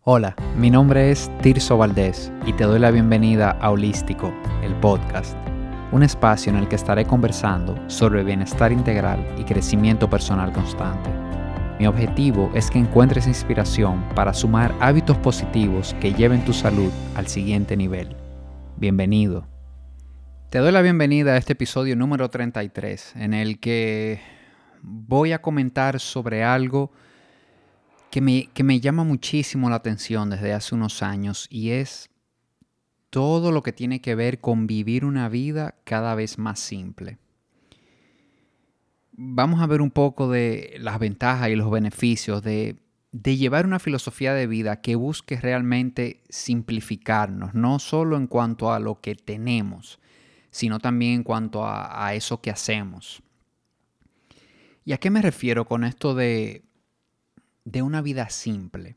Hola, mi nombre es Tirso Valdés y te doy la bienvenida a Holístico, el podcast, un espacio en el que estaré conversando sobre bienestar integral y crecimiento personal constante. Mi objetivo es que encuentres inspiración para sumar hábitos positivos que lleven tu salud al siguiente nivel. Bienvenido. Te doy la bienvenida a este episodio número 33, en el que voy a comentar sobre algo que me llama muchísimo la atención desde hace unos años, y es todo lo que tiene que ver con vivir una vida cada vez más simple. Vamos a ver un poco de las ventajas y los beneficios de llevar una filosofía de vida que busque realmente simplificarnos, no solo en cuanto a lo que tenemos, sino también en cuanto a eso que hacemos. ¿Y a qué me refiero con esto de una vida simple?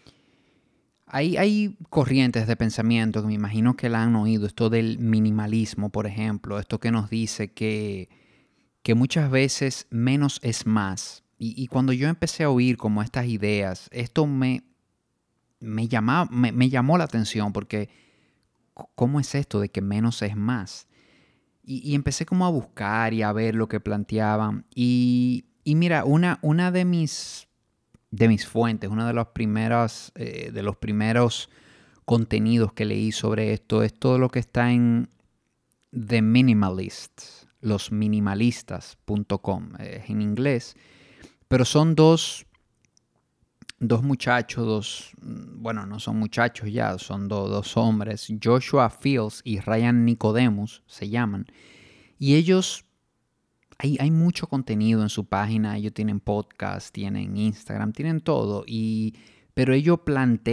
Hay corrientes de pensamiento que me imagino que la han oído, esto del minimalismo, por ejemplo, esto que nos dice que muchas veces menos es más. Y cuando yo empecé a oír como estas ideas, esto me llamó la atención, porque ¿cómo es esto de que menos es más? Y empecé como a buscar y a ver lo que planteaban. Y mira, una de mis fuentes, una de los primeros contenidos que leí sobre esto es todo lo que está en The Minimalists, losminimalistas.com, es en inglés, pero son dos muchachos, bueno, no son muchachos ya, son dos hombres, Joshua Fields y Ryan Nicodemus se llaman, y ellos, hay mucho contenido en su página. Ellos tienen podcast, tienen Instagram, tienen todo, pero ellos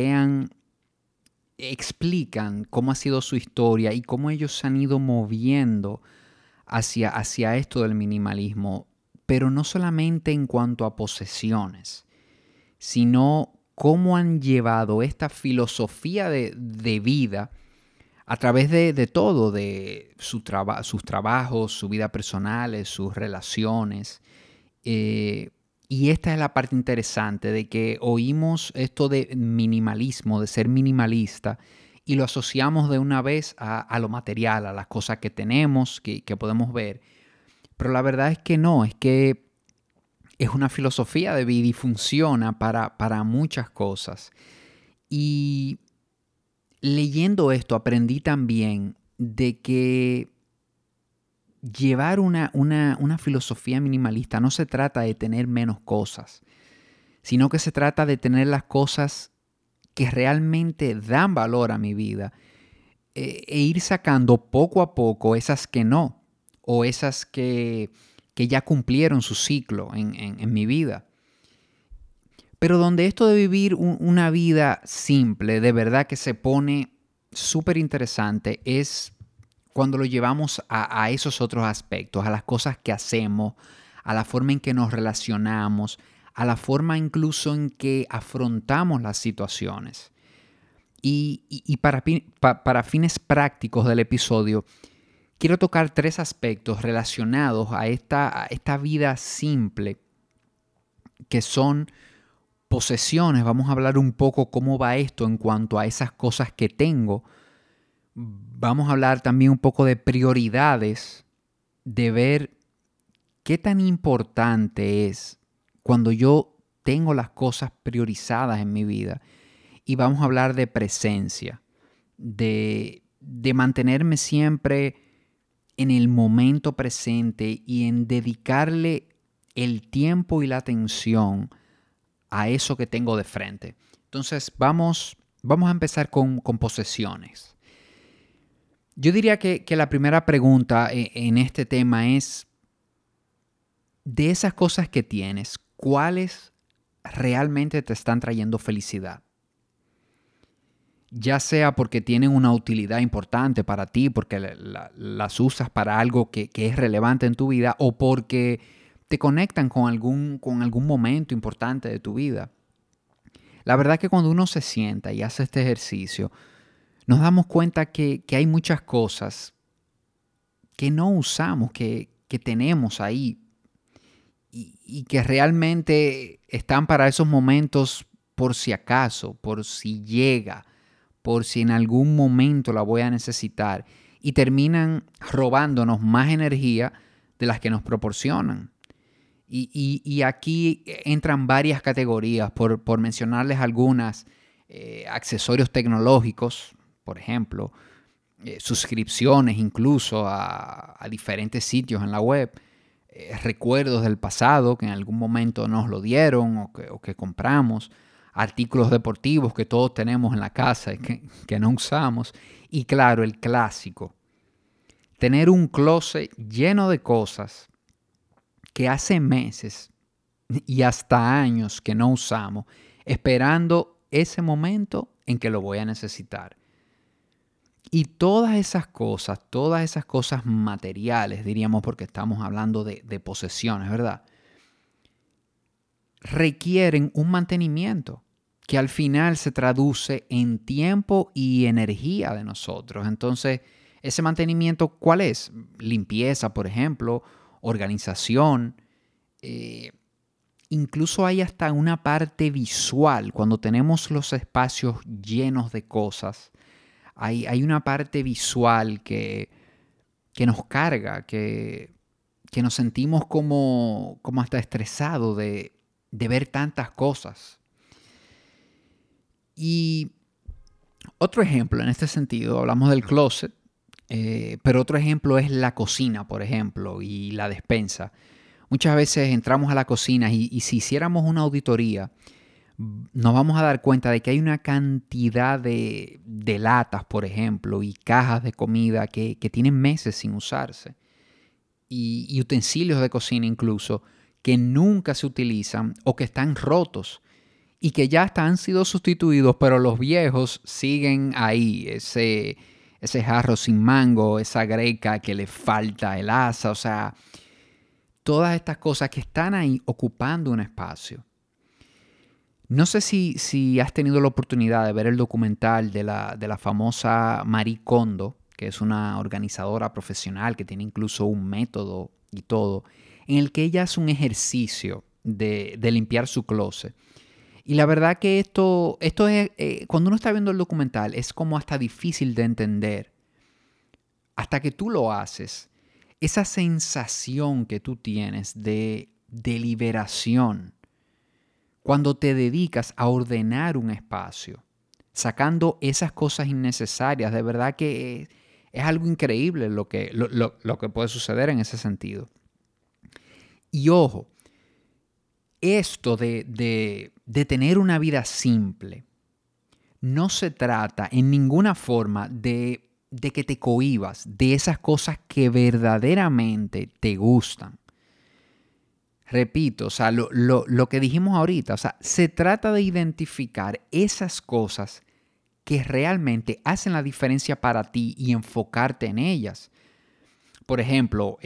explican cómo ha sido su historia y cómo ellos se han ido moviendo hacia esto del minimalismo, pero no solamente en cuanto a posesiones, sino cómo han llevado esta filosofía de vida a través de todo, de sus trabajos, su vida personal, sus relaciones. Y esta es la parte interesante, de que oímos esto de minimalismo, de ser minimalista, y lo asociamos de una vez a lo material, a las cosas que tenemos, que podemos ver. Pero la verdad es que no, es que es una filosofía de vida y funciona para muchas cosas. Y leyendo esto aprendí también de que llevar una filosofía minimalista no se trata de tener menos cosas, sino que se trata de tener las cosas que realmente dan valor a mi vida, e ir sacando poco a poco esas que no, o esas que ya cumplieron su ciclo en mi vida. Pero donde esto de vivir una vida simple de verdad que se pone súper interesante es cuando lo llevamos a esos otros aspectos, a las cosas que hacemos, a la forma en que nos relacionamos, a la forma incluso en que afrontamos las situaciones. Y para fines prácticos del episodio, quiero tocar 3 aspectos relacionados a esta vida simple, que son posesiones. Vamos a hablar un poco cómo va esto en cuanto a esas cosas que tengo. Vamos a hablar también un poco de prioridades, de ver qué tan importante es cuando yo tengo las cosas priorizadas en mi vida. Y vamos a hablar de presencia, de mantenerme siempre en el momento presente y en dedicarle el tiempo y la atención a eso que tengo de frente. Entonces vamos a empezar con posesiones. Yo diría que la primera pregunta en este tema es, de esas cosas que tienes, ¿cuáles realmente te están trayendo felicidad? Ya sea porque tienen una utilidad importante para ti, porque las usas para algo que es relevante en tu vida, o porque te conectan con algún momento importante de tu vida. La verdad es que cuando uno se sienta y hace este ejercicio, nos damos cuenta que hay muchas cosas que no usamos, que tenemos ahí y que realmente están para esos momentos por si acaso, por si llega, por si en algún momento la voy a necesitar, y terminan robándonos más energía de las que nos proporcionan. Y aquí entran varias categorías, por mencionarles algunas, accesorios tecnológicos, por ejemplo, suscripciones incluso a diferentes sitios en la web, recuerdos del pasado que en algún momento nos lo dieron o que compramos, artículos deportivos que todos tenemos en la casa y que no usamos. Y claro, el clásico, tener un closet lleno de cosas que hace meses y hasta años que no usamos, esperando ese momento en que lo voy a necesitar. Y todas esas cosas materiales, diríamos, porque estamos hablando de posesiones, ¿verdad? Requieren un mantenimiento que al final se traduce en tiempo y energía de nosotros. Entonces, ese mantenimiento, ¿cuál es? Limpieza, por ejemplo, organización. Incluso hay hasta una parte visual. Cuando tenemos los espacios llenos de cosas, hay una parte visual que nos carga, que nos sentimos como hasta estresados de ver tantas cosas. Y otro ejemplo en este sentido, hablamos del closet, pero otro ejemplo es la cocina, por ejemplo, y la despensa. Muchas veces entramos a la cocina y si hiciéramos una auditoría, nos vamos a dar cuenta de que hay una cantidad de latas, por ejemplo, y cajas de comida que tienen meses sin usarse. Y utensilios de cocina incluso, que nunca se utilizan o que están rotos y que ya hasta han sido sustituidos, pero los viejos siguen ahí. Ese jarro sin mango, esa greca que le falta el asa, o sea, todas estas cosas que están ahí ocupando un espacio. No sé si has tenido la oportunidad de ver el documental de la famosa Marie Kondo, que es una organizadora profesional que tiene incluso un método y todo, en el que ella hace un ejercicio de limpiar su closet. Y la verdad que esto es, cuando uno está viendo el documental, es como hasta difícil de entender. Hasta que tú lo haces, esa sensación que tú tienes de liberación, cuando te dedicas a ordenar un espacio, sacando esas cosas innecesarias, de verdad que es algo increíble lo que puede suceder en ese sentido. Y ojo, esto de tener una vida simple, no se trata en ninguna forma de que te cohibas de esas cosas que verdaderamente te gustan. Repito, o sea, lo que dijimos ahorita, o sea, se trata de identificar esas cosas que realmente hacen la diferencia para ti y enfocarte en ellas. Por ejemplo,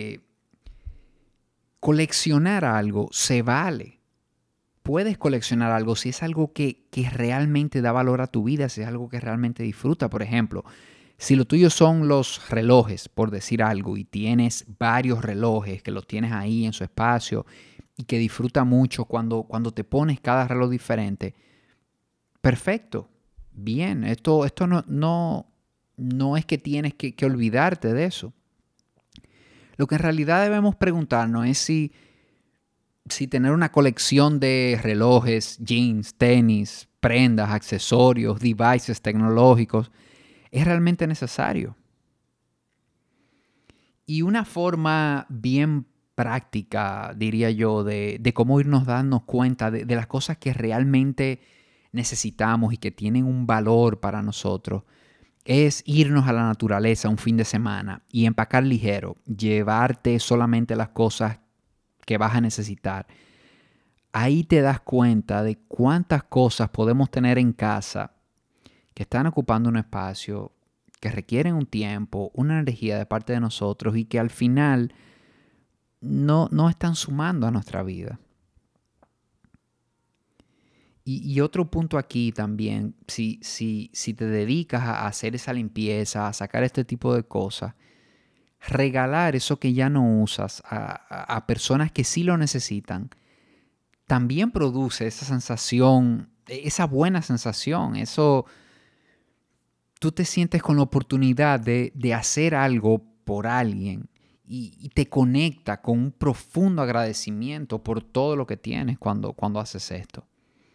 coleccionar algo se vale. Puedes coleccionar algo si es algo que realmente da valor a tu vida, si es algo que realmente disfruta. Por ejemplo, si lo tuyo son los relojes, por decir algo, y tienes varios relojes que los tienes ahí en su espacio y que disfruta mucho cuando te pones cada reloj diferente, perfecto, bien. Esto no es que tienes que olvidarte de eso. Lo que en realidad debemos preguntarnos es si tener una colección de relojes, jeans, tenis, prendas, accesorios, devices tecnológicos es realmente necesario. Y una forma bien práctica, diría yo, de cómo irnos dando cuenta de las cosas que realmente necesitamos y que tienen un valor para nosotros, es irnos a la naturaleza un fin de semana y empacar ligero, llevarte solamente las cosas que vas a necesitar. Ahí te das cuenta de cuántas cosas podemos tener en casa que están ocupando un espacio, que requieren un tiempo, una energía de parte de nosotros y que al final no están sumando a nuestra vida. Y otro punto aquí también, si te dedicas a hacer esa limpieza, a sacar este tipo de cosas, regalar eso que ya no usas a personas que sí lo necesitan, también produce esa sensación esa buena sensación, eso, tú te sientes con la oportunidad de hacer algo por alguien y te conecta con un profundo agradecimiento por todo lo que tienes cuando haces esto.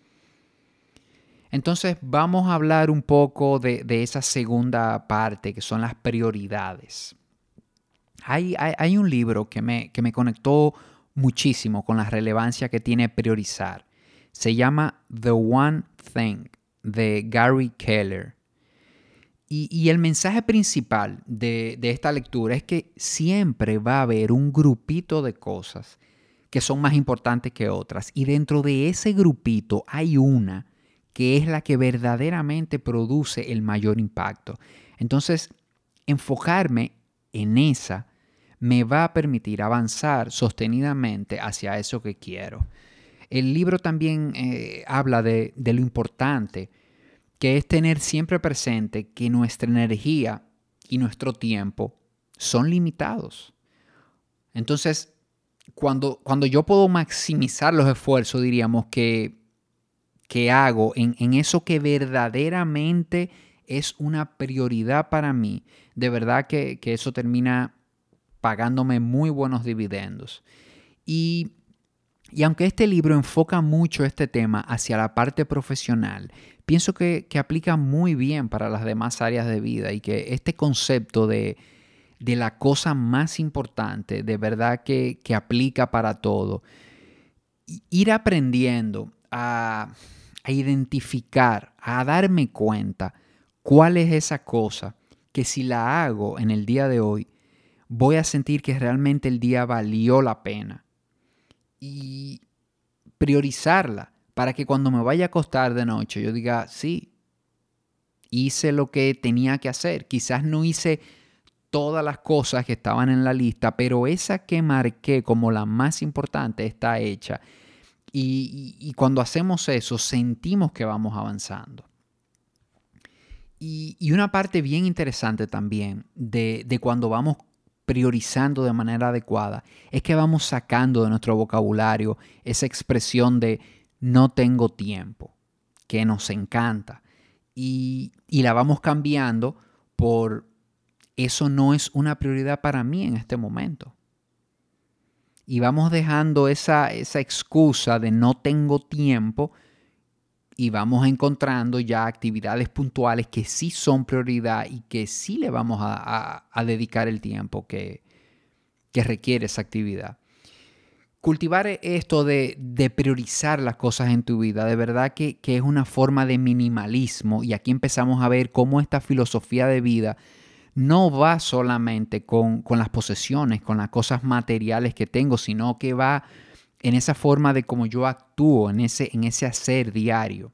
Entonces vamos a hablar un poco de esa segunda parte, que son las prioridades. Hay un libro que me conectó muchísimo con la relevancia que tiene priorizar. Se llama The One Thing, de Gary Keller. Y el mensaje principal de esta lectura es que siempre va a haber un grupito de cosas que son más importantes que otras. Y dentro de ese grupito hay una que es la que verdaderamente produce el mayor impacto. Entonces, enfocarme en esa me va a permitir avanzar sostenidamente hacia eso que quiero. El libro también habla de lo importante que es tener siempre presente que nuestra energía y nuestro tiempo son limitados. Entonces, cuando yo puedo maximizar los esfuerzos, diríamos, que hago en eso que verdaderamente es una prioridad para mí, de verdad que eso termina pagándome muy buenos dividendos. Y aunque este libro enfoca mucho este tema hacia la parte profesional, pienso que aplica muy bien para las demás áreas de vida y que este concepto de la cosa más importante, de verdad que aplica para todo. Ir aprendiendo a identificar, a darme cuenta cuál es esa cosa que si la hago en el día de hoy, voy a sentir que realmente el día valió la pena. Y priorizarla para que cuando me vaya a acostar de noche yo diga, sí, hice lo que tenía que hacer. Quizás no hice todas las cosas que estaban en la lista, pero esa que marqué como la más importante está hecha. Y cuando hacemos eso, sentimos que vamos avanzando. Y una parte bien interesante también de cuando vamos priorizando de manera adecuada es que vamos sacando de nuestro vocabulario esa expresión de no tengo tiempo, que nos encanta. Y la vamos cambiando por eso no es una prioridad para mí en este momento. Y vamos dejando esa excusa de no tengo tiempo y vamos encontrando ya actividades puntuales que sí son prioridad y que sí le vamos a dedicar el tiempo que requiere esa actividad. Cultivar esto de priorizar las cosas en tu vida, de verdad que es una forma de minimalismo, y aquí empezamos a ver cómo esta filosofía de vida no va solamente con las posesiones, con las cosas materiales que tengo, sino que va en esa forma de cómo yo actúo, en ese hacer diario.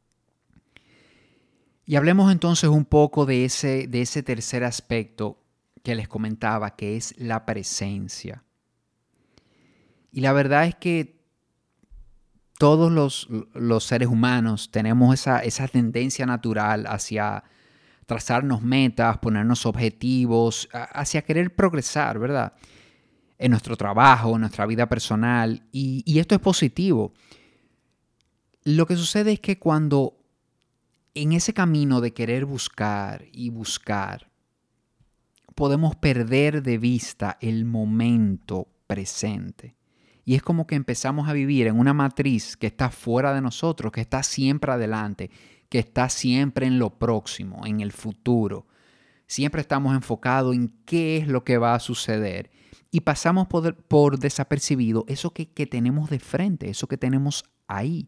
Y hablemos entonces un poco de ese tercer aspecto que les comentaba, que es la presencia. Y la verdad es que todos los seres humanos tenemos esa tendencia natural hacia trazarnos metas, ponernos objetivos, hacia querer progresar, ¿verdad? En nuestro trabajo, en nuestra vida personal. Y esto es positivo. Lo que sucede es que cuando en ese camino de querer buscar y buscar, podemos perder de vista el momento presente. Y es como que empezamos a vivir en una matriz que está fuera de nosotros, que está siempre adelante, que está siempre en lo próximo, en el futuro. Siempre estamos enfocados en qué es lo que va a suceder y pasamos por desapercibido eso que tenemos de frente, eso que tenemos ahí.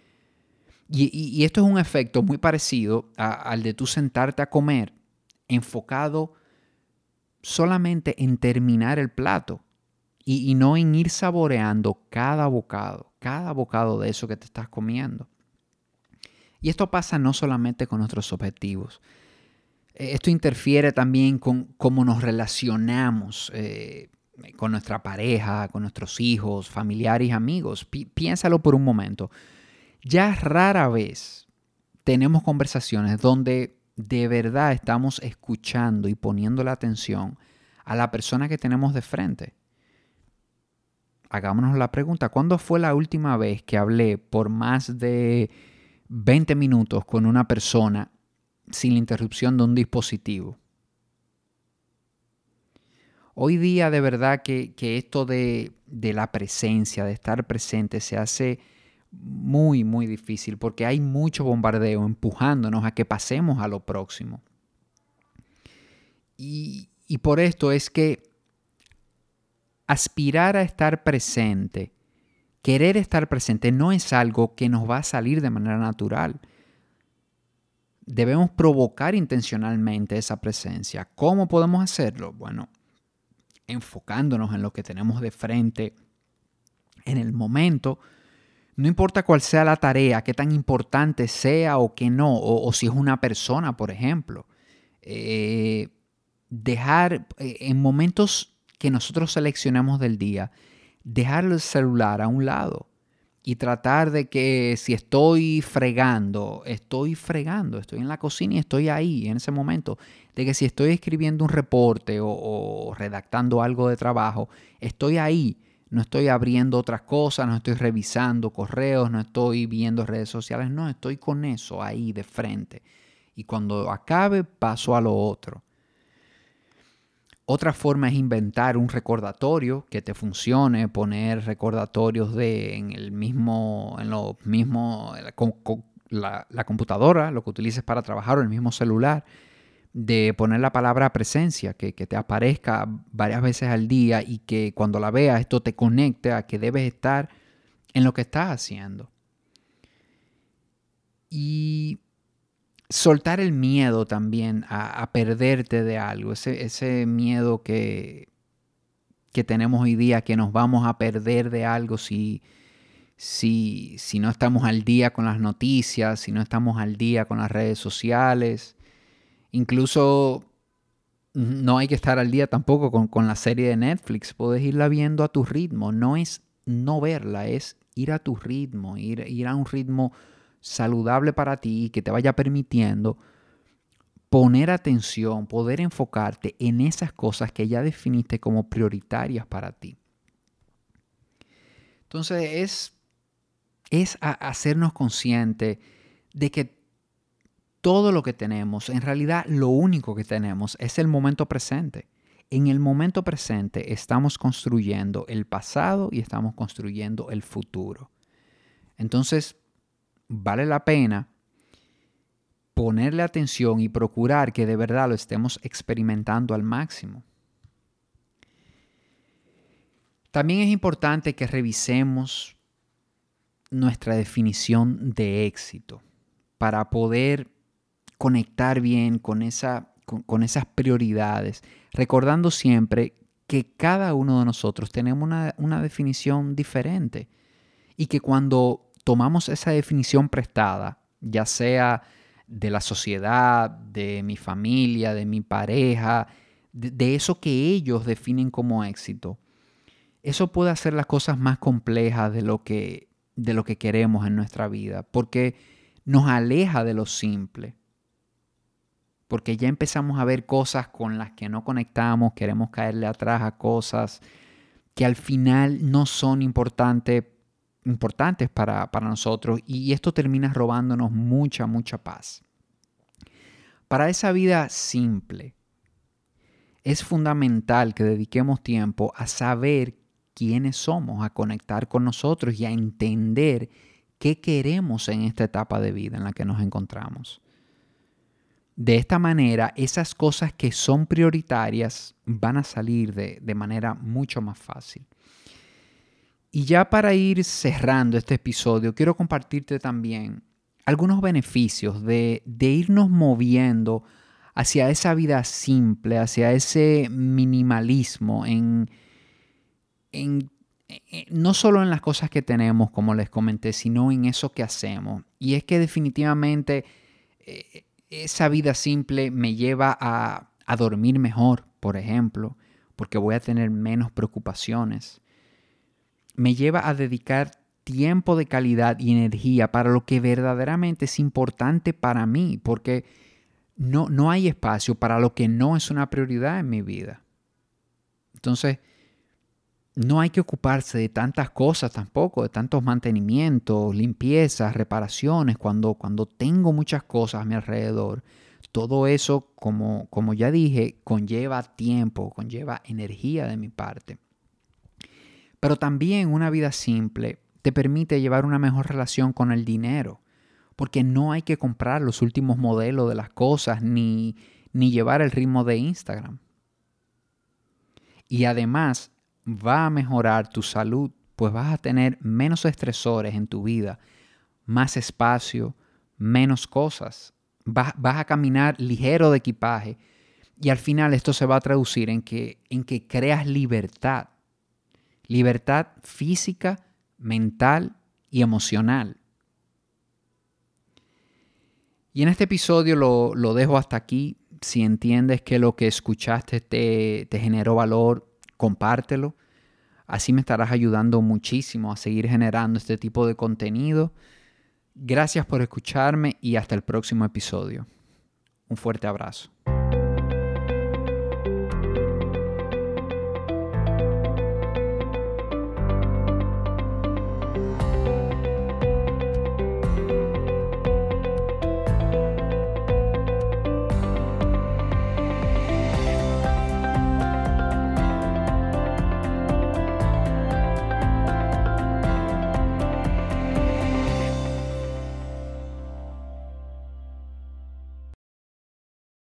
Y esto es un efecto muy parecido al de tú sentarte a comer enfocado solamente en terminar el plato y no en ir saboreando cada bocado de eso que te estás comiendo. Y esto pasa no solamente con nuestros objetivos. Esto interfiere también con cómo nos relacionamos con nuestra pareja, con nuestros hijos, familiares y amigos. Piénsalo por un momento. Ya rara vez tenemos conversaciones donde de verdad estamos escuchando y poniendo la atención a la persona que tenemos de frente. Hagámonos la pregunta, ¿cuándo fue la última vez que hablé por más de 20 minutos con una persona sin la interrupción de un dispositivo. Hoy día de verdad que esto de la presencia, de estar presente, se hace muy, muy difícil porque hay mucho bombardeo empujándonos a que pasemos a lo próximo. Y por esto es que aspirar a estar presente, querer estar presente, no es algo que nos va a salir de manera natural. Debemos provocar intencionalmente esa presencia. ¿Cómo podemos hacerlo? Bueno, enfocándonos en lo que tenemos de frente en el momento, no importa cuál sea la tarea, qué tan importante sea o que no, o si es una persona, por ejemplo. Dejar en momentos que nosotros seleccionamos del día, dejar el celular a un lado y tratar de que si estoy fregando, estoy en la cocina y estoy ahí en ese momento. De que si estoy escribiendo un reporte o redactando algo de trabajo, estoy ahí. No estoy abriendo otras cosas, no estoy revisando correos, no estoy viendo redes sociales, no, estoy con eso ahí de frente. Y cuando acabe, paso a lo otro. Otra forma es inventar un recordatorio que te funcione, poner recordatorios la computadora, lo que utilices para trabajar o el mismo celular, de poner la palabra presencia, que te aparezca varias veces al día y que cuando la veas esto te conecte a que debes estar en lo que estás haciendo. Y soltar el miedo también a perderte de algo, ese miedo que tenemos hoy día, que nos vamos a perder de algo si no estamos al día con las noticias, si no estamos al día con las redes sociales. Incluso no hay que estar al día tampoco con la serie de Netflix. Puedes irla viendo a tu ritmo. No es no verla, es ir a tu ritmo, ir a un ritmo saludable para ti que te vaya permitiendo poner atención, poder enfocarte en esas cosas que ya definiste como prioritarias para ti. Entonces es hacernos conscientes de que todo lo que tenemos, en realidad lo único que tenemos es el momento presente. En el momento presente estamos construyendo el pasado y estamos construyendo el futuro. Entonces, vale la pena ponerle atención y procurar que de verdad lo estemos experimentando al máximo. También es importante que revisemos nuestra definición de éxito para poder conectar bien con esas prioridades, recordando siempre que cada uno de nosotros tenemos una definición diferente y que cuando tomamos esa definición prestada, ya sea de la sociedad, de mi familia, de mi pareja, de eso que ellos definen como éxito, eso puede hacer las cosas más complejas de lo que queremos en nuestra vida, porque nos aleja de lo simple. Porque ya empezamos a ver cosas con las que no conectamos, queremos caerle atrás a cosas que al final no son importantes para nosotros, y esto termina robándonos mucha, mucha paz. Para esa vida simple, es fundamental que dediquemos tiempo a saber quiénes somos, a conectar con nosotros y a entender qué queremos en esta etapa de vida en la que nos encontramos. De esta manera, esas cosas que son prioritarias van a salir de manera mucho más fácil. Y ya para ir cerrando este episodio, quiero compartirte también algunos beneficios de irnos moviendo hacia esa vida simple, hacia ese minimalismo no solo en las cosas que tenemos, como les comenté, sino en eso que hacemos. Y es que definitivamente esa vida simple me lleva a dormir mejor, por ejemplo, porque voy a tener menos preocupaciones. Me lleva a dedicar tiempo de calidad y energía para lo que verdaderamente es importante para mí, porque no hay espacio para lo que no es una prioridad en mi vida. Entonces, No hay que ocuparse de tantas cosas tampoco, de tantos mantenimientos, limpiezas, reparaciones, cuando tengo muchas cosas a mi alrededor. Todo eso, como ya dije, conlleva tiempo, conlleva energía de mi parte. Pero también una vida simple te permite llevar una mejor relación con el dinero, porque no hay que comprar los últimos modelos de las cosas ni llevar el ritmo de Instagram. Y además va a mejorar tu salud, pues vas a tener menos estresores en tu vida, más espacio, menos cosas. Vas a caminar ligero de equipaje y al final esto se va a traducir en que creas libertad. Libertad física, mental y emocional. Y en este episodio lo dejo hasta aquí. Si entiendes que lo que escuchaste te generó valor, compártelo. Así me estarás ayudando muchísimo a seguir generando este tipo de contenido. Gracias por escucharme y hasta el próximo episodio. Un fuerte abrazo.